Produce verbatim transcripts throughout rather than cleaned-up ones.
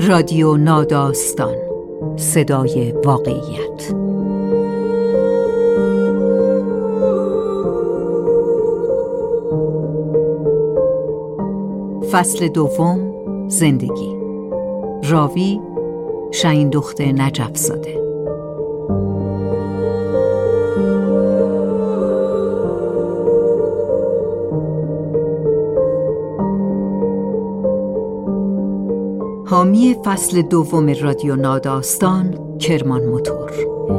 رادیو ناداستان، صدای واقعیت. فصل دوم، زندگی. راوی شاهین دخت نجف زاده. حامی فصل دوم رادیو ناداستان، کرمان موتور.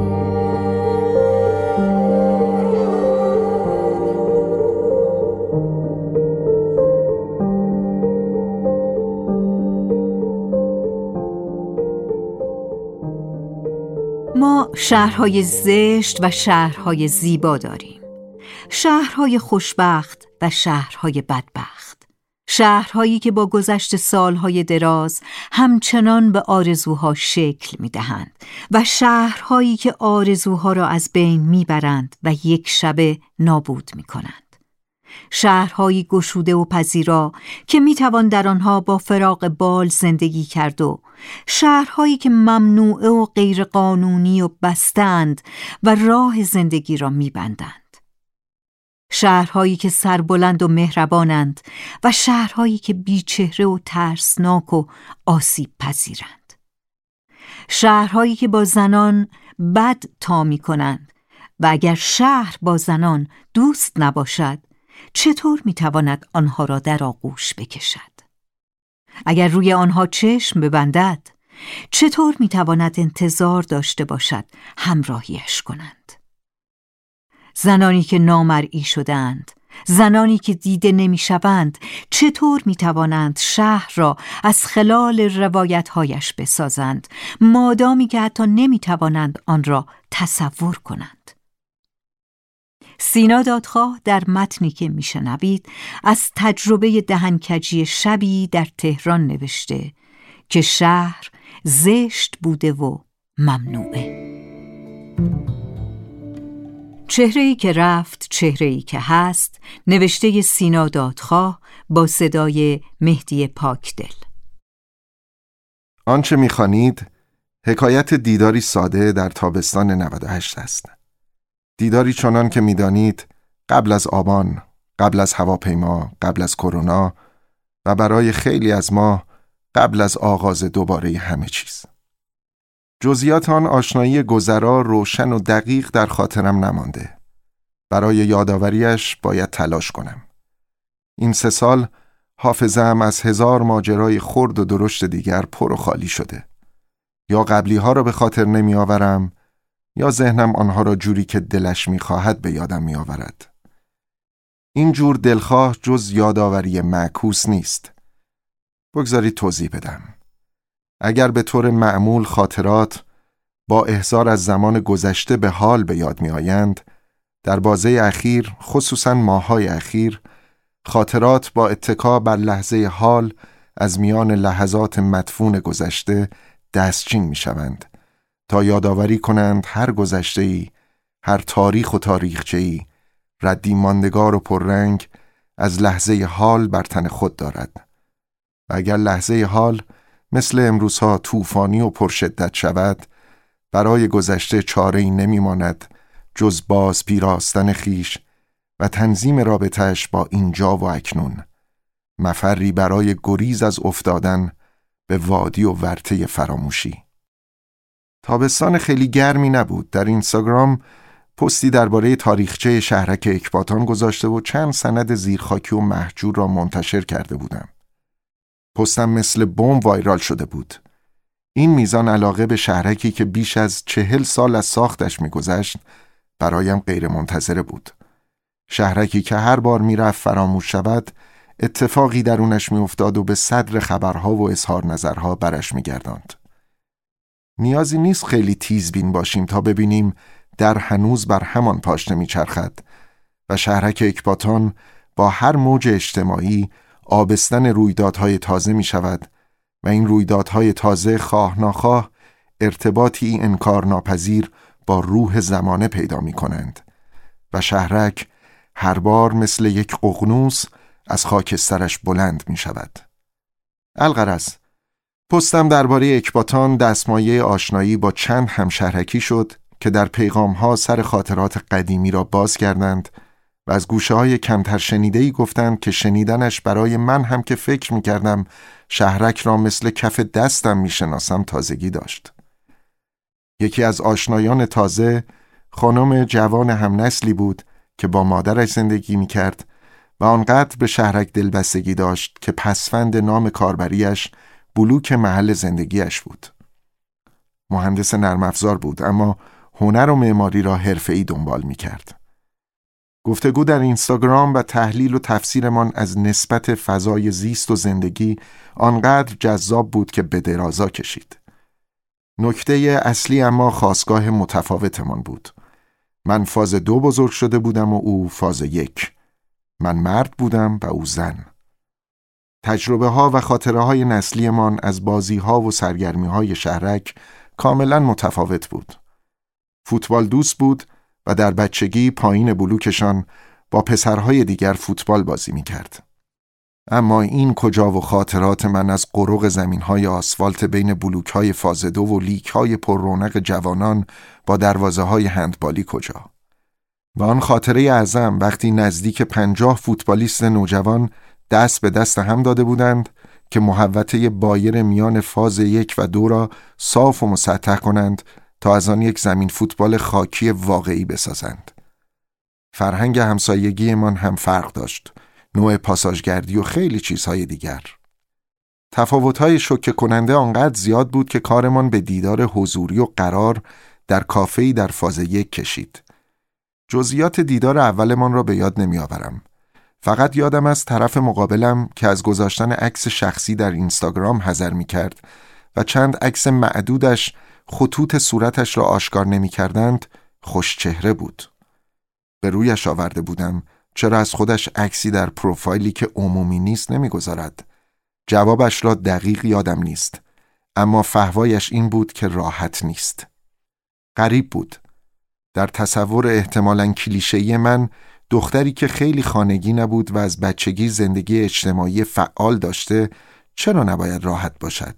ما شهرهای زشت و شهرهای زیبا داریم، شهرهای خوشبخت و شهرهای بدبخت، شهرهایی که با گذشت سالهای دراز همچنان به آرزوها شکل می‌دهند و شهرهایی که آرزوها را از بین می‌برند و یک شبه نابود می‌کنند. شهرهایی گشوده و پذیرا که می‌توان در آنها با فراق بال زندگی کرد و شهرهایی که ممنوعه و غیرقانونی و بستند و راه زندگی را می‌بندند. شهرهایی که سربلند و مهربانند و شهرهایی که بیچهره و ترسناک و آسیب پذیرند. شهرهایی که با زنان بد تا می کنند و اگر شهر با زنان دوست نباشد چطور می تواند آنها را در آغوش بکشد؟ اگر روی آنها چشم ببندد چطور می تواند انتظار داشته باشد همراهیش کنند؟ زنانی که نامرئی شدند، زنانی که دیده نمی شوند، چطور می توانند شهر را از خلال روایتهایش بسازند، مادامی که حتی نمی توانند آن را تصور کنند؟ سینا دادخواه در متنی که می شنوید از تجربه دهنکجی شبی در تهران نوشته که شهر زشت بوده و ممنوعه. چهره‌ای که رفت، چهره‌ای که هست، نوشته سینا دادخواه با صدای مهدی پاکدل. آنچه می‌خوانید حکایت دیداری ساده در تابستان نود و هشت است. دیداری چنان که می‌دانید قبل از آبان، قبل از هواپیما، قبل از کرونا و برای خیلی از ما قبل از آغاز دوباره همه چیز. جزئیات آن آشنایی گذرا روشن و دقیق در خاطرم نمانده. برای یادآوریش باید تلاش کنم. این سه سال حافظه‌ام از هزار ماجرای خرد و درشت دیگر پر و خالی شده. یا قبلی ها را به خاطر نمی آورم یا ذهنم آنها را جوری که دلش می خواهد به یادم می آورد. این جور دلخواه جز یادآوری معکوس نیست. بگذارید توضیح بدم. اگر به طور معمول خاطرات با احضار از زمان گذشته به حال به یاد می آیند، در بازه اخیر، خصوصاً ماه‌های اخیر، خاطرات با اتکا بر لحظه حال از میان لحظات مدفون گذشته دستچین می شوند تا یادآوری کنند هر گذشته‌ای، هر تاریخ و تاریخچه‌ای ردی ماندگار و پررنگ از لحظه حال بر تن خود دارد. و اگر لحظه حال مثل امروزها طوفانی و پرشدت شود، برای گذشته چاره‌ای نمی‌ماند جز باز پیراستن خیش و تنظیم رابطه‌اش با اینجا و اکنون، مفری برای گریز از افتادن به وادی و ورطه فراموشی. تابستان خیلی گرمی نبود. در اینستاگرام پستی درباره تاریخچه شهرک اکباتان گذاشته و چند سند زیرخاکی و مهجور را منتشر کرده بودم. پستم مثل بمب وایرال شده بود. این میزان علاقه به شهرکی که بیش از چهل سال از ساختش میگذشت برایم غیر منتظره بود. شهرکی که هر بار میرفت فراموش شود، اتفاقی درونش میافتاد و به صدر خبرها و اظهار نظرها برش میگرداند. نیازی نیست خیلی تیزبین باشیم تا ببینیم در هنوز بر همان پاشنه میچرخد و شهرک اکباتان با هر موج اجتماعی آبستن رویدادهای تازه می شود و این رویدادهای تازه خواه ناخواه ارتباطی انکارناپذیر با روح زمانه پیدا می کنند و شهرک هر بار مثل یک ققنوس از خاکسترش بلند می شود. الغرض پستم درباره اکباتان دستمایه آشنایی با چند همشهرکی شد که در پیغام‌ها سر خاطرات قدیمی را باز کردند و از گوشه‌های کمتر شنیده‌ای گفتند که شنیدنش برای من هم که فکر می‌کردم شهرک را مثل کف دستم می‌شناسم تازگی داشت. یکی از آشنایان تازه خانم جوان همنسلی بود که با مادرش زندگی می‌کرد و آنقدر به شهرک دلبستگی داشت که پسوند نام کاربریش بلوک محل زندگیش بود. مهندس نرم افزار بود اما هنر و معماری را حرفه‌ای دنبال می‌کرد. گفتگو در اینستاگرام و تحلیل و تفسیرمان از نسبت فضای زیست و زندگی آنقدر جذاب بود که به درازا کشید. نکته اصلی اما خاستگاه متفاوتمان بود. من فاز دو بزرگ شده بودم و او فاز یک. من مرد بودم و او زن. تجربه ها و خاطره های نسلیمان از بازی ها و سرگرمی های شهرک کاملا متفاوت بود. فوتبال دوست بود و در بچگی پایین بلوکشان با پسرهای دیگر فوتبال بازی می کرد. اما این کجا و خاطرات من از قرق زمینهای آسفالت بین بلوکهای فاز دو و لیکهای پر رونق جوانان با دروازه های هندبالی کجا؟ و آن خاطره اعظم وقتی نزدیک پنجاه فوتبالیست نوجوان دست به دست هم داده بودند که محوطه بایر میان فاز یک و دو را صاف و مسطح کنند تا از آن یک زمین فوتبال خاکی واقعی بسازند. فرهنگ همسایگی من هم فرق داشت، نوع پاساژگردی و خیلی چیزهای دیگر. تفاوت‌های شوکه کننده آنقدر زیاد بود که کارمان به دیدار حضوری و قرار در کافه‌ای در فاز یک کشید. جزئیات دیدار اولمان را به یاد نمی‌آورم. فقط یادم از طرف مقابلم که از گذاشتن عکس شخصی در اینستاگرام حذر می‌کرد و چند عکس معدودش خطوط صورتش را آشکار نمی‌کردند، خوش چهره بود. به رویش آورده بودم چرا از خودش عکسی در پروفایلی که عمومی نیست نمی‌گذارد. جوابش را دقیق یادم نیست، اما فحوایش این بود که راحت نیست. غریب بود. در تصور احتمالاً کلیشه‌ای من، دختری که خیلی خانگی نبود و از بچگی زندگی اجتماعی فعال داشته، چرا نباید راحت باشد؟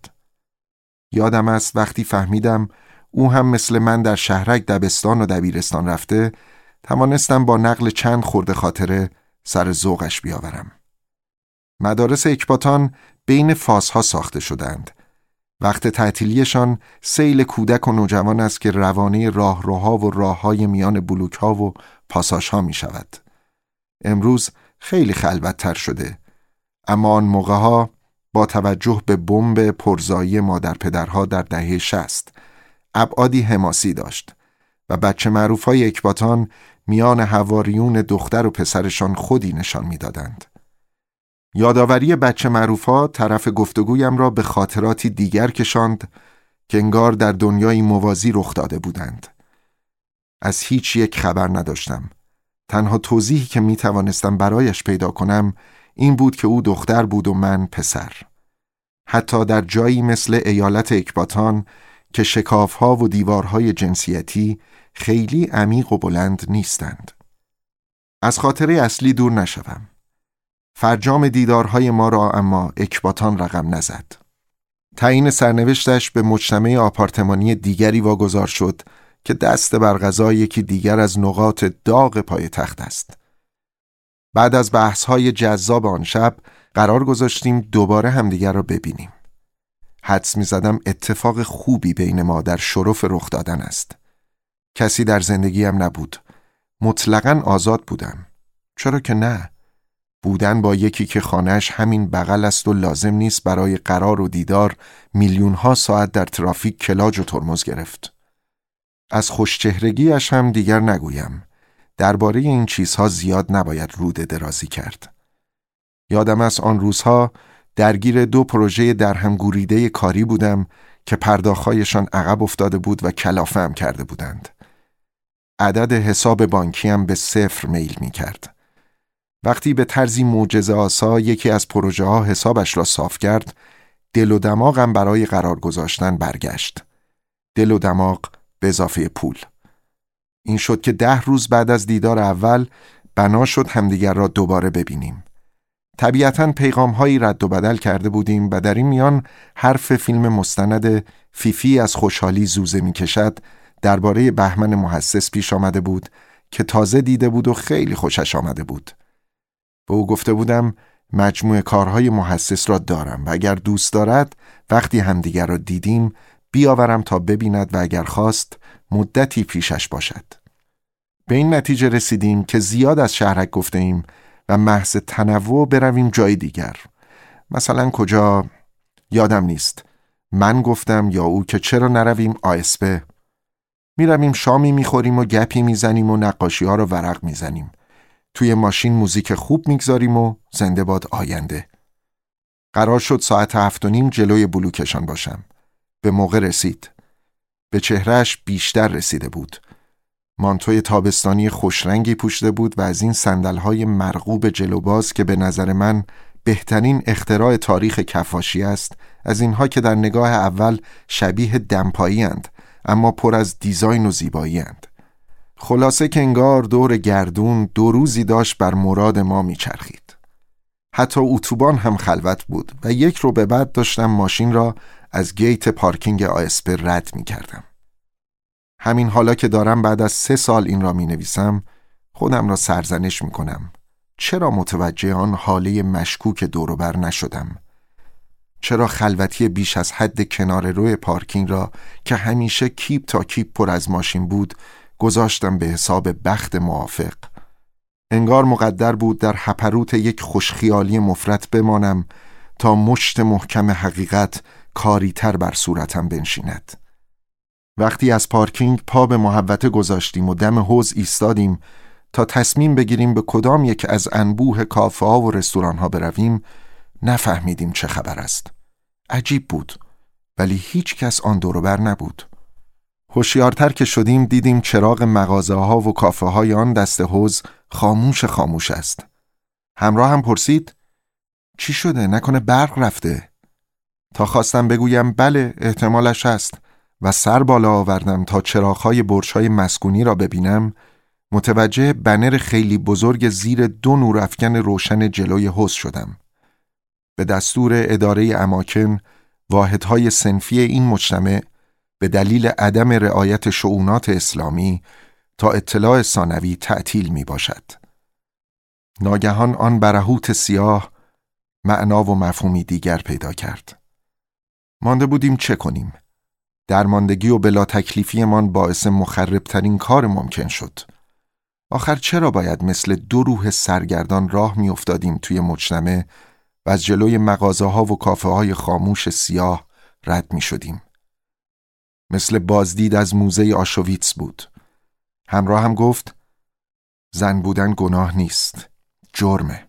یادم است وقتی فهمیدم او هم مثل من در شهرک دبستان و دبیرستان رفته، توانستم با نقل چند خرده خاطره سر ذوقش بیاورم. مدارس اکباتان بین فازها ساخته شدند. وقت تعطیلیشان سیل کودک و نوجوان است که روانه راهروها و راههای میان بلوک‌ها و پاساژها می شود. امروز خیلی خلوت‌تر شده، اما آن موقعها با توجه به بمب پرزایی مادر پدرها در دهه شصت ابعادی حماسی داشت و بچه معروف‌های اکباتان میان حواریون دختر و پسرشان خودی نشان می‌دادند. یادآوری بچه معروف‌ها طرف گفتگویم را به خاطراتی دیگر کشاند که انگار در دنیایی موازی رخ داده بودند. از هیچ یک خبر نداشتم. تنها توضیحی که می توانستم برایش پیدا کنم این بود که او دختر بود و من پسر. حتی در جایی مثل ایالت اکباتان که شکاف‌ها و دیوارهای جنسیتی خیلی عمیق و بلند نیستند. از خاطره اصلی دور نشوم. فرجام دیدارهای ما را اما اکباتان رقم نزد. تعیین سرنوشتش به مجتمع آپارتمانی دیگری واگذار شد که دست بر غذا یکی دیگر از نقاط داغ پای تخت است. بعد از بحث‌های جذاب آن شب قرار گذاشتیم دوباره همدیگر را ببینیم. حدس می‌زدم اتفاق خوبی بین ما در شرف رخ دادن است. کسی در زندگیم نبود. مطلقاً آزاد بودم. چرا که نه؟ بودن با یکی که خانه‌اش همین بغل است و لازم نیست برای قرار و دیدار میلیون‌ها ساعت در ترافیک کلاج و ترمز گرفت. از خوشچهرگیش هم دیگر نگویم. درباره این چیزها زیاد نباید روده درازی کرد. یادم از آن روزها درگیر دو پروژه درهم گوریده کاری بودم که پرداخت‌هایشان عقب افتاده بود و کلافه هم کرده بودند. عدد حساب بانکیم به صفر میل می کرد. وقتی به طرزی معجزه آسا یکی از پروژه ها حسابش را صاف کرد، دل و دماغم برای قرار گذاشتن برگشت. دل و دماغ به اضافه پول. این شد که ده روز بعد از دیدار اول بنا شد همدیگر را دوباره ببینیم. طبیعتاً پیغام‌هایی رد و بدل کرده بودیم و در این میان حرف فیلم مستند فیفی از خوشحالی زوزه می‌کشد درباره بهمن محسس پیش آمده بود که تازه دیده بود و خیلی خوشش آمده بود. به او گفته بودم مجموعه کارهای محسس را دارم و اگر دوست دارد وقتی همدیگر را دیدیم بیاورم تا ببیند و اگر خواست مدتی پیشش باشد. به این نتیجه رسیدیم که زیاد از شهرک گفته ایم و محض تنوع برویم جای دیگر. مثلا کجا؟ یادم نیست. من گفتم یا او که چرا نرویم آسپه؟ می رویم شامی می خوریم و گپی می زنیم و نقاشی ها رو ورق می زنیم. توی ماشین موزیک خوب می گذاریم و زنده باد آینده. قرار شد ساعت هفت و نیم جلوی بلوکشان باشم. به موقع رسید. به چهرهش بیشتر رسیده بود. مانتوی تابستانی خوشرنگی پوشیده بود و از این صندل‌های مرغوب جلوباز که به نظر من بهترین اختراع تاریخ کفاشی است، از اینها که در نگاه اول شبیه دمپایی اند اما پر از دیزاین و زیبایی اند. خلاصه که انگار دور گردون دو روزی داشت بر مراد ما میچرخید. حتی اتوبان هم خلوت بود و یک رو به بعد داشتم ماشین را از گیت پارکینگ آسپر رد می کردم. همین حالا که دارم بعد از سه سال این را می نویسم خودم را سرزنش می کنم. چرا متوجه آن حاله مشکوک دوروبر نشدم؟ چرا خلوتی بیش از حد کنار روی پارکینگ را که همیشه کیپ تا کیپ پر از ماشین بود گذاشتم به حساب بخت موافق؟ انگار مقدر بود در هپروت یک خوشخیالی مفرط بمانم تا مشت محکم حقیقت کاری تر بر صورتم بنشیند. وقتی از پارکینگ پا به محوطه گذاشتیم و دم حوض ایستادیم تا تصمیم بگیریم به کدام یک از انبوه کافه ها و رستوران ها برویم، نفهمیدیم چه خبر است. عجیب بود، ولی هیچ کس آن دور و بر نبود. هوشیارتر که شدیم دیدیم چراغ مغازه ها و کافه های آن دست حوض خاموش خاموش است. همراه هم پرسید چی شده؟ نکنه برق رفته؟ تا خواستم بگویم بله احتمالش هست و سر بالا آوردم تا چراغ‌های برج‌های مسکونی را ببینم، متوجه بنر خیلی بزرگ زیر دو نورافکن روشن جلوی حوض شدم. به دستور اداره اماکن، واحدهای صنفی این مجتمع به دلیل عدم رعایت شؤونات اسلامی تا اطلاع ثانوی تعطیل می باشد. ناگهان آن برهوت سیاه معنا و مفهومی دیگر پیدا کرد. مانده بودیم چه کنیم؟ درماندگی و بلا تکلیفی من باعث مخربترین کار ممکن شد. آخر چرا باید مثل دو روح سرگردان راه می افتادیم توی مجتمع و از جلوی مغازه ها و کافه های خاموش سیاه رد می شدیم؟ مثل بازدید از موزه آشویتس بود. همراه هم گفت زن بودن گناه نیست، جرمه.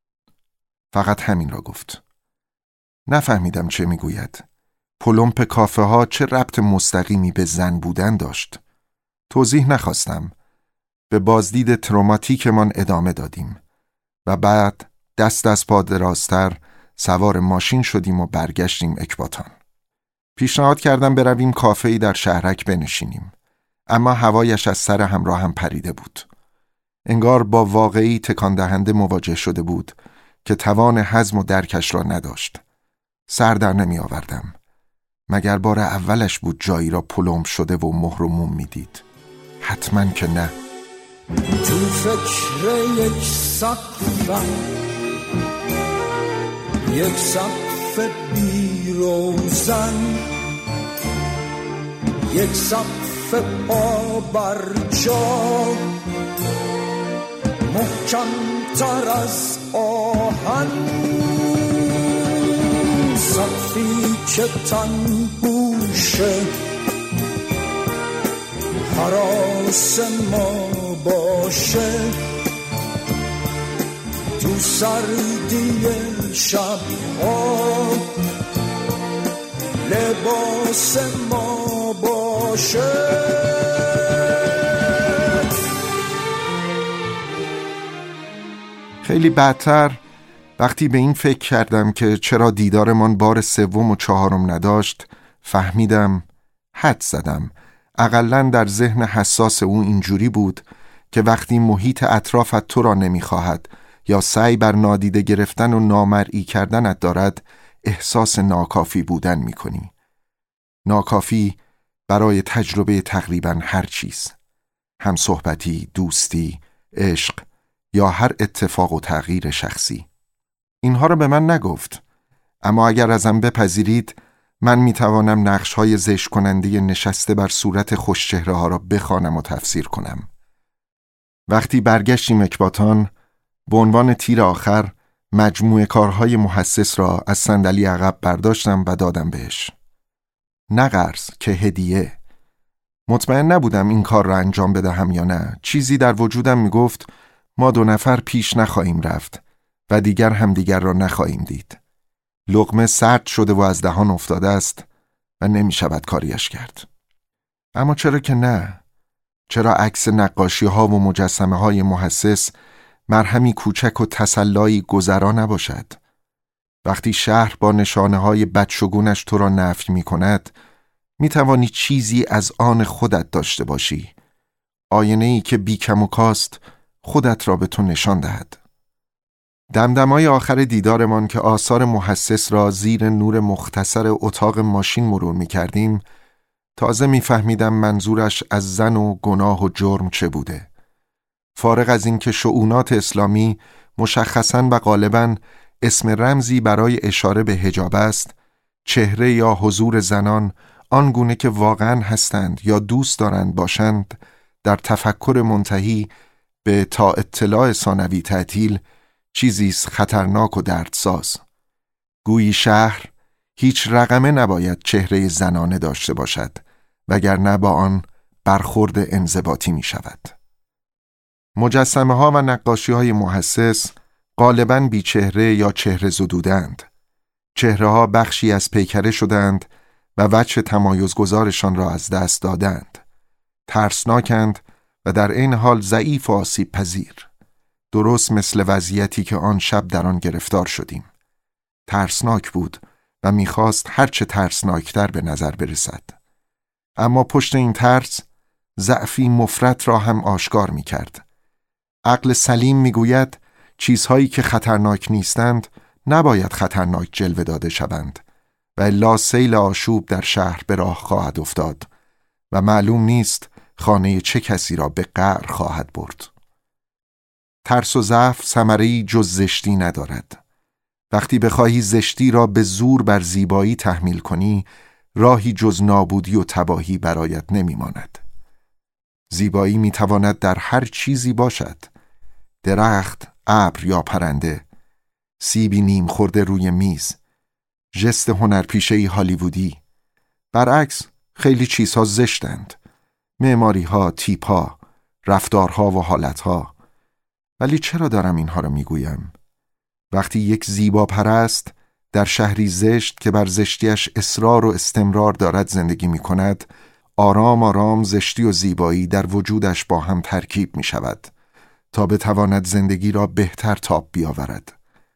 فقط همین را گفت. نفهمیدم چه می گوید. پلمپ کافه ها چه ربط مستقیمی به زن بودن داشت؟ توضیح نخواستم. به بازدید تروماتیک من ادامه دادیم و بعد دست از پا درازتر سوار ماشین شدیم و برگشتیم اکباتان. پیشنهاد کردم برویم کافه‌ای در شهرک بنشینیم، اما هوایش از سر همراه هم پریده بود. انگار با واقعی تکان دهنده مواجه شده بود که توان هضم و درکش را نداشت. سر در نمی آوردم. مگر بار اولش بود جایی را پلمپ شده و مهر و موم می دید؟ حتما که نه. تو فکر یک سقفم، یک سقف بیروزن، یک سقف پا بر جا، محکم تر از آهن، سقفی که تن بوشه حراس ما باشه، تو سردی شبها لباس ما باشه. خیلی بدتر وقتی به این فکر کردم که چرا دیدارمان بار سوم و چهارم نداشت، فهمیدم، حد زدم، اقلن در ذهن حساس او اینجوری بود که وقتی محیط اطرافت تو را نمیخواهد یا سعی بر نادیده گرفتن و نامرئی کردنت دارد، احساس ناکافی بودن می کنی. ناکافی برای تجربه تقریباً هر چیز، هم صحبتی، دوستی، عشق یا هر اتفاق و تغییر شخصی. اینها رو به من نگفت، اما اگر ازم بپذیرید من می توانم نقش‌های زشت کننده نشسته بر صورت خوشچهره ها را بخوانم و تفسیر کنم. وقتی برگشتیم اکباتان، به عنوان تیر آخر مجموعه کارهای محسس را از صندلی عقب برداشتم و دادم بهش. نه قرض که هدیه. مطمئن نبودم این کار را انجام بدهم یا نه. چیزی در وجودم می گفت ما دو نفر پیش نخواهیم رفت و دیگر همدیگر را نخواهیم دید. لقمه سرد شده و از دهان افتاده است و نمی شود کاریش کرد. اما چرا که نه؟ چرا عکس نقاشی ها و مجسمه های محسس مرهمی کوچک و تسلایی گذرا نباشد؟ وقتی شهر با نشانه های بدشگونش تو را نفی می کند، می توانی چیزی از آن خودت داشته باشی، آینه ای که بی کم و کاست خودت را به تو نشان دهد. دمدمای آخر دیدارمان که آثار محسس را زیر نور مختصر اتاق ماشین مرور می کردیم، تازه می فهمیدم منظورش از زن و گناه و جرم چه بوده. فارغ از این که شؤونات اسلامی مشخصاً و غالباً اسم رمزی برای اشاره به حجاب است، چهره یا حضور زنان آنگونه که واقعاً هستند یا دوست دارند باشند، در تفکر منتهی به تا اطلاع ثانوی تعطیل چیزیست خطرناک و دردساز. گویی شهر هیچ رقمه نباید چهره زنانه داشته باشد، وگرنه با آن برخورد انضباطی می شود. مجسمه ها و نقاشی های محسس غالباً بی چهره یا چهره زدودند. چهره ها بخشی از پیکره شدند و وجه تمایزگذارشان را از دست دادند. ترسناکند و در این حال ضعیف و آسیب پذیر. درست مثل وضعیتی که آن شب در آن گرفتار شدیم. ترسناک بود و میخواست هرچه ترسناکتر به نظر برسد. اما پشت این ترس ضعفی مفرط را هم آشکار میکرد. عقل سلیم میگوید چیزهایی که خطرناک نیستند نباید خطرناک جلوه داده شوند و الا سیل آشوب در شهر به راه خواهد افتاد و معلوم نیست خانه چه کسی را به قعر خواهد برد. ترس و ضعف ثمره‌ای جز زشتی ندارد. وقتی بخواهی زشتی را به زور بر زیبایی تحمیل کنی، راهی جز نابودی و تباهی برایت نمیماند. زیبایی میتواند در هر چیزی باشد. درخت، ابر یا پرنده، سیبی نیم خورده روی میز، ژست هنرپیشه‌ای هالیوودی. برعکس خیلی چیزها زشتند. معماری‌ها، تیپ‌ها، رفتارها و حالتها. ولی چرا دارم اینها رو میگویم؟ وقتی یک زیبا پرست در شهری زشت که بر زشتیش اصرار و استمرار دارد زندگی می کند، آرام آرام زشتی و زیبایی در وجودش با هم ترکیب می شود تا بتواند زندگی را بهتر تاب بیاورد.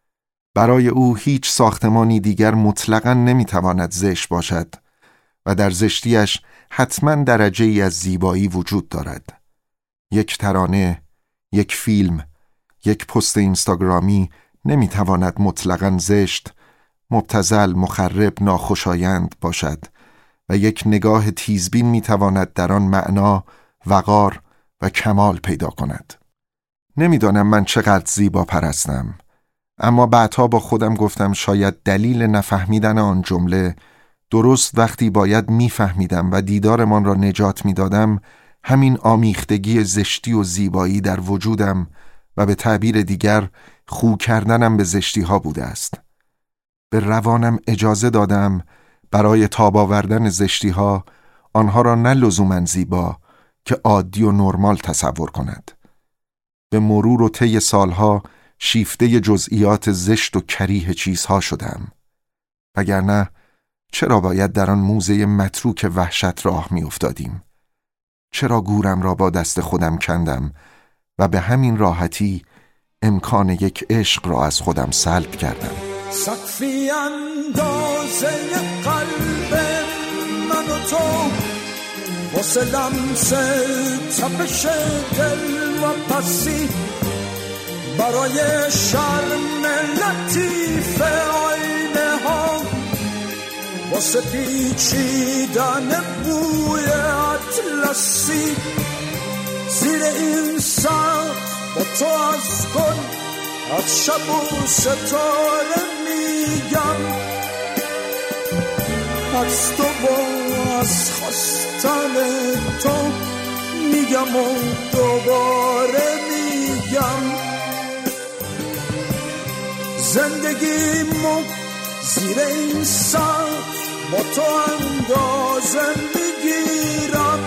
برای او هیچ ساختمانی دیگر مطلقاً نمی تواند زشت باشد و در زشتیش حتماً درجه ای از زیبایی وجود دارد. یک ترانه، یک فیلم، یک پست اینستاگرامی نمی تواند مطلقاً زشت، مبتذل، مخرب، ناخوشایند باشد و یک نگاه تیزبین می تواند در آن معنا، وقار و کمال پیدا کند. نمیدانم من چقدر زیبا پرستم، اما بعدها با خودم گفتم شاید دلیل نفهمیدن آن جمله درست وقتی باید میفهمیدم و دیدارمان را نجات میدادم همین آمیختگی زشتی و زیبایی در وجودم و به تعبیر دیگر خو کردنم به زشتی ها بوده است. به روانم اجازه دادم برای تاب آوردن زشتی ها آنها را نه لزوماً زیبا که عادی و نرمال تصور کند. به مرور و طی سالها شیفته جزئیات زشت و کریه چیزها شدم. وگرنه چرا باید در آن موزه متروک وحشت راه می افتادیم؟ چرا گورم را با دست خودم کندم و به همین راحتی امکان یک عشق را از خودم سلب کردم؟ سقفی اندازه قلب من و تو واسه لمس تپش دل و پسی برای شرم لطیف آینه ها، واسه پیچیدن بوی اطلسی، زیر این سر با تو از گل از شب و ستاره میگم، از تو با از خواستن تو میگم و دوباره میگم. زندگیمو زیر این سر با تو اندازه میگیرم،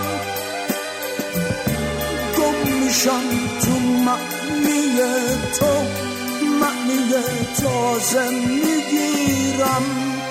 گم میشم تو معنی تو، معنی تازه میگیرم.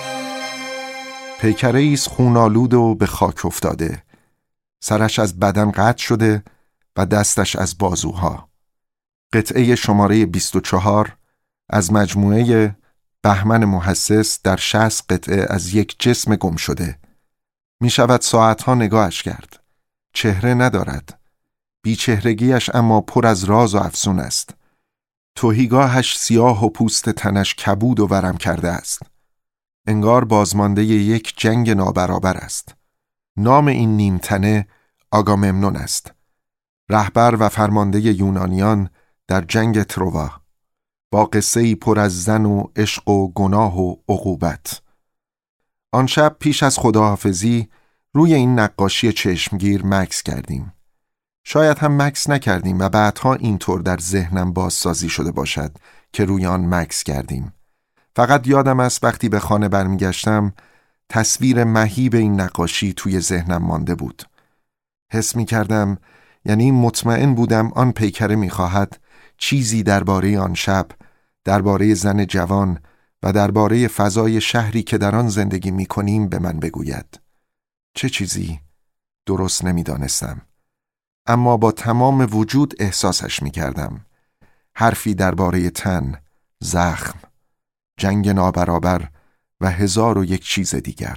پیکره ایست خونالود و به خاک افتاده، سرش از بدن قطع شده و دستش از بازوها. قطعه شماره بیست و چهار از مجموعه بهمن محسس در شصت قطعه از یک جسم گم شده. می شود ساعتها نگاهش کرد. چهره ندارد. بیچهرگیش اما پر از راز و افسون است. تهیگاهش سیاه و پوست تنش کبود و ورم کرده است. انگار بازمانده یک جنگ نابرابر است. نام این نیمتنه آگاممنون است. رهبر و فرمانده یونانیان در جنگ تروا، با قصه‌ای پر از زن و عشق و گناه و عقوبت. آن شب پیش از خداحافظی روی این نقاشی چشمگیر مکث کردیم. شاید هم مکث نکردیم و بعدها اینطور در ذهنم بازسازی شده باشد که روی آن مکث کردیم. فقط یادم است وقتی به خانه برمیگشتم تصویر مهیب این نقاشی توی ذهنم مانده بود. حس می کردم، یعنی مطمئن بودم آن پیکره می خواهد چیزی درباره آن شب، درباره زن جوان و درباره فضای شهری که در آن زندگی می کنیم به من بگوید. چه چیزی؟ درست نمی دانستم. اما با تمام وجود احساسش می کردم. حرفی درباره تن، زخم، جنگ نابرابر و هزار و یک چیز دیگر.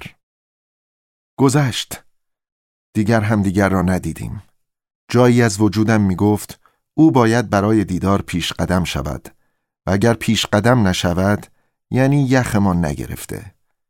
گذشت. دیگر هم دیگر را ندیدیم. جایی از وجودم می گفت او باید برای دیدار پیش قدم شود و اگر پیش قدم نشود یعنی یخمان نگرفته.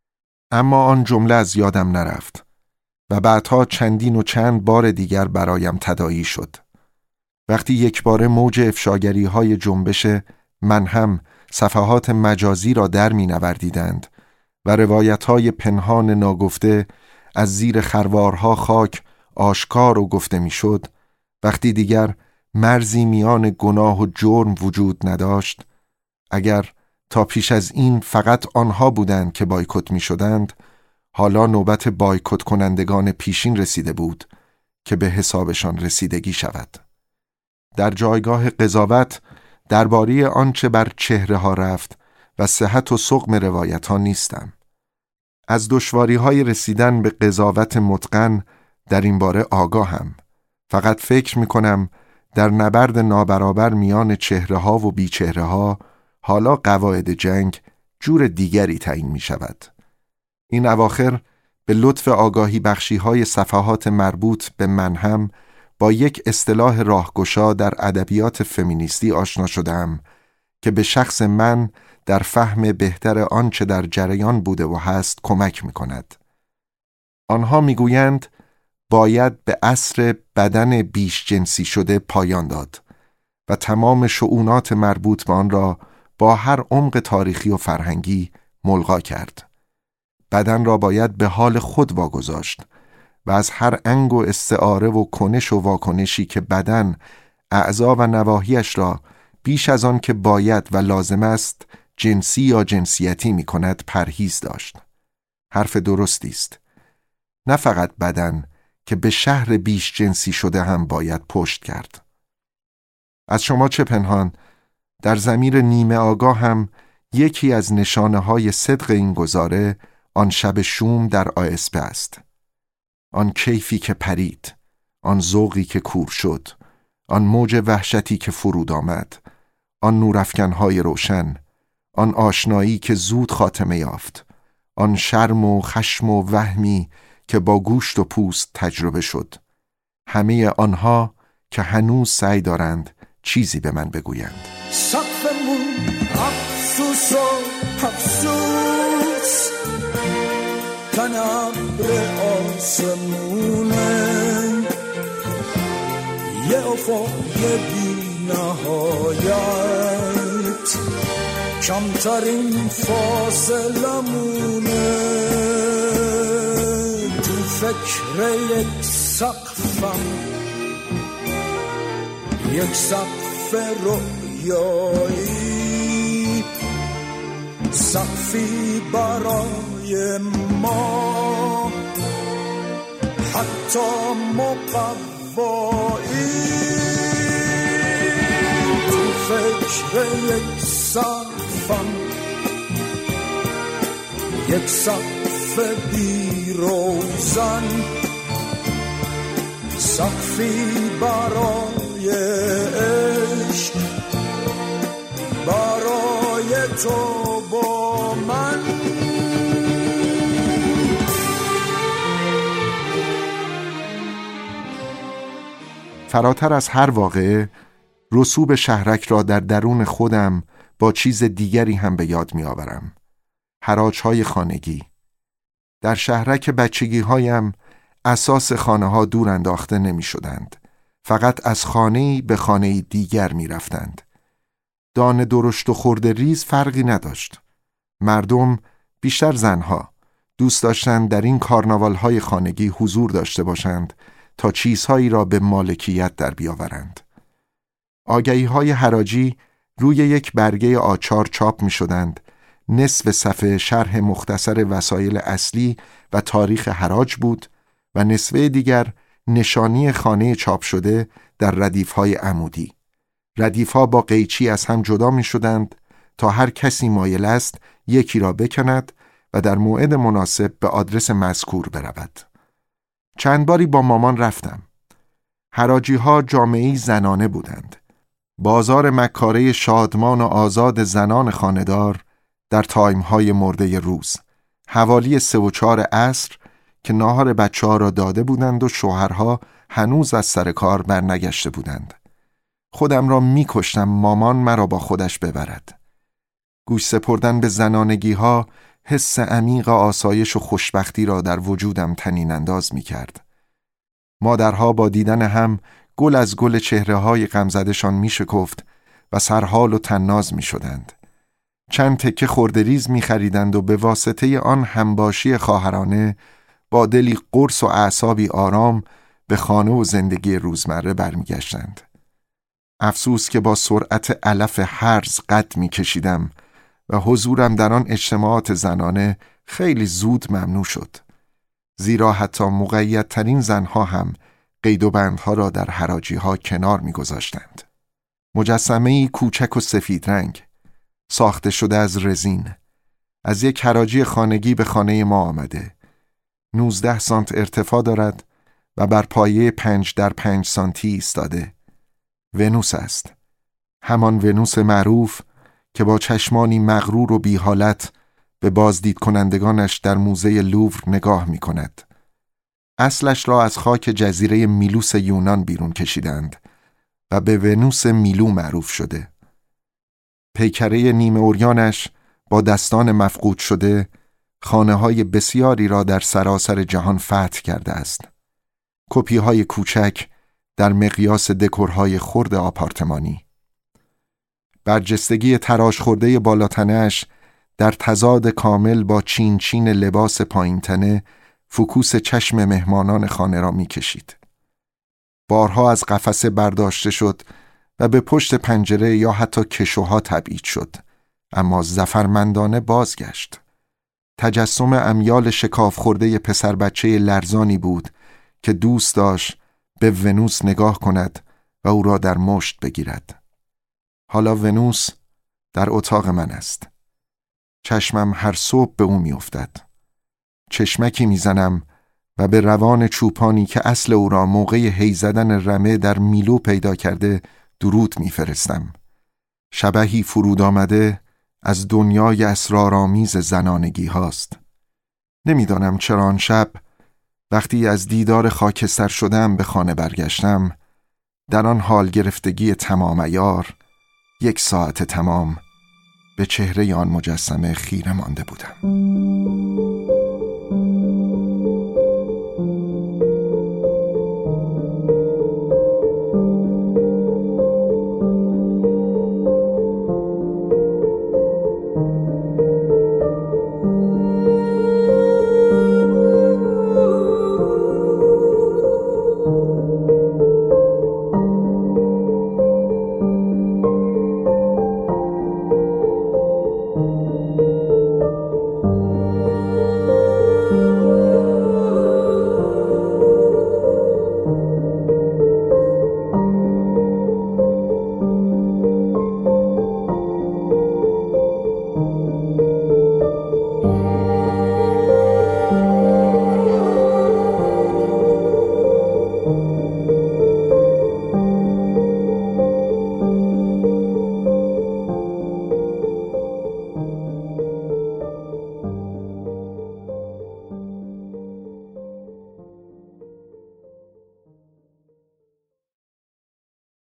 اما آن جمله از یادم نرفت و بعدها چندین و چند بار دیگر برایم تداعی شد. وقتی یک بار موج افشاگری های جنبش من هم صفحات مجازی را در می نوردیدند و روایت های پنهان ناگفته از زیر خروارها خاک آشکار و گفته می شد، وقتی دیگر مرزی میان گناه و جرم وجود نداشت، اگر تا پیش از این فقط آنها بودند که بایکوت می شدند، حالا نوبت بایکوت کنندگان پیشین رسیده بود که به حسابشان رسیدگی شود. در جایگاه قضاوت درباره آنچه بر چهره ها رفت و صحت و سقم روایت ها نیستم. از دشواری های رسیدن به قضاوت متقن در این باره آگاهم. فقط فکر می کنم در نبرد نابرابر میان چهره ها و بی چهره ها حالا قواعد جنگ جور دیگری تعیین می شود. این اواخر به لطف آگاهی بخشی های صفحات مربوط به من هم با یک اصطلاح راهگشا در ادبیات فمینیستی آشنا شدم که به شخص من در فهم بهتر آنچه در جریان بوده و هست کمک می کند. آنها می گویند باید به عصر بدن بیش جنسی شده پایان داد و تمام شؤونات مربوط به آن را با هر عمق تاریخی و فرهنگی ملغا کرد. بدن را باید به حال خود واگذاشت و از هر انگ و استعاره و کنش و واکنشی که بدن اعضا و نواحیش را بیش از آن که باید و لازم است جنسی یا جنسیتی می کند پرهیز داشت. حرف درستی است. نه فقط بدن که به شهر بیش جنسی شده هم باید پشت کرد. از شما چه پنهان، در ضمیر نیمه آگاه هم یکی از نشانه های صدق این گزاره آن شب شوم در آسپه است. آن کیفی که پرید، آن ذوقی که کور شد، آن موج وحشتی که فرود آمد، آن نورافکنهای روشن، آن آشنایی که زود خاتمه یافت، آن شرم و خشم و وهمی که با گوشت و پوست تجربه شد. همه آنها که هنوز سعی دارند چیزی به من بگویند. سقفمون افسوس و افسوس، تنبر آسمونه، یه افق بی نهایت، کمترین فاصلمونه، تو فکر یک سقفم، یک سقف رویایی، سقفی برای ما حتی مقوایی، تو فکر یک سقفم، یک سقف بی روزن، سقفی برای عشق، برای تو با من. فراتر از هر واقعه، رسوب شهرک را در درون خودم با چیز دیگری هم به یاد می آورم. حراج‌های خانگی. در شهرک بچگی‌هایم اساس خانه ها دور انداخته نمی شدند. فقط از خانه‌ای به خانه‌ای دیگر می رفتند. دانه درشت و خرده ریز فرقی نداشت. مردم، بیشتر زنها، دوست داشتند در این کارناوال‌های خانگی حضور داشته باشند تا چیزهایی را به مالکیت در بیاورند. آگهی‌های حراجی روی یک برگه آچار چاپ می شدند. نصف صفحه شرح مختصر وسایل اصلی و تاریخ حراج بود و نصفه دیگر نشانی خانه چاپ شده در ردیف‌های عمودی. ردیف‌ها با قیچی از هم جدا می شدند تا هر کسی مایل است یکی را بکند و در موعد مناسب به آدرس مذکور برود. چند باری با مامان رفتم. حراجی‌ها جامعه‌ای زنانه بودند. بازار مکاره شادمان و آزاد زنان خانه‌دار در تایم‌های مرده روز، حوالی سه و چهار عصر که ناهار بچه‌ها را داده بودند و شوهرها هنوز از سر کار برنگشته بودند. خودم را می‌کشتم مامان مرا با خودش ببرد. گوش سپردن به زنانگی‌ها حس عمیق آسایش و خوشبختی را در وجودم طنین انداز می‌کرد. مادرها با دیدن هم گل از گل چهره‌های غمزده‌شان می‌شکفت و سرحال و طناز می‌شدند. چند تکه خردریز می‌خریدند و به واسطه آن همباشی خواهرانه با دلی قرص و اعصابی آرام به خانه و زندگی روزمره برمیگشتند. افسوس که با سرعت علف هرز قد می‌کشیدم و حضورم در آن اجتماعات زنانه خیلی زود ممنوع شد. زیرا حتی مقیدترین زنها هم قید و بندها را در حراجی‌ها کنار می‌گذاشتند. مجسمه‌ای کوچک و سفید رنگ، ساخته شده از رزین، از یک حراجی خانگی به خانه ما آمده. نوزده سانت ارتفاع دارد و بر پایه پنج در پنج سانتی ایستاده. ونوس است. همان ونوس معروف که با چشمانی مغرور و بی حالت به بازدید کنندگانش در موزه لوور نگاه می کند. اصلش را از خاک جزیره میلوس یونان بیرون کشیدند و به ونوس میلو معروف شده. پیکره نیمه اوریانش با دستان مفقود شده خانه‌های بسیاری را در سراسر جهان فتح کرده است. کپی‌های کوچک در مقیاس دکورهای خرد آپارتمانی. برجستگی تراش خورده بالاتنه‌اش در تضاد کامل با چین چین لباس پایین تنه فوکوس چشم مهمانان خانه را می کشید. بارها از قفسه برداشته شد و به پشت پنجره یا حتی کشوها تبعید شد، اما ظفرمندانه بازگشت. تجسم امیال شکاف خورده پسر بچه لرزانی بود که دوست داشت به ونوس نگاه کند و او را در مشت بگیرد. حالا ونوس در اتاق من است. چشمم هر صبح به او می افتد. چشمکی می زنم و به روان چوپانی که اصل او را موقع هی زدن رمه در میلو پیدا کرده درود می فرستم. شبحی فرود آمده از دنیای اسرارآمیز زنانگی هاست. نمیدانم چرا آن شب وقتی از دیدار خاکستر شدم به خانه برگشتم در آن حال گرفتگی تمام عیار یک ساعت تمام به چهره آن مجسمه خیره مانده بودم.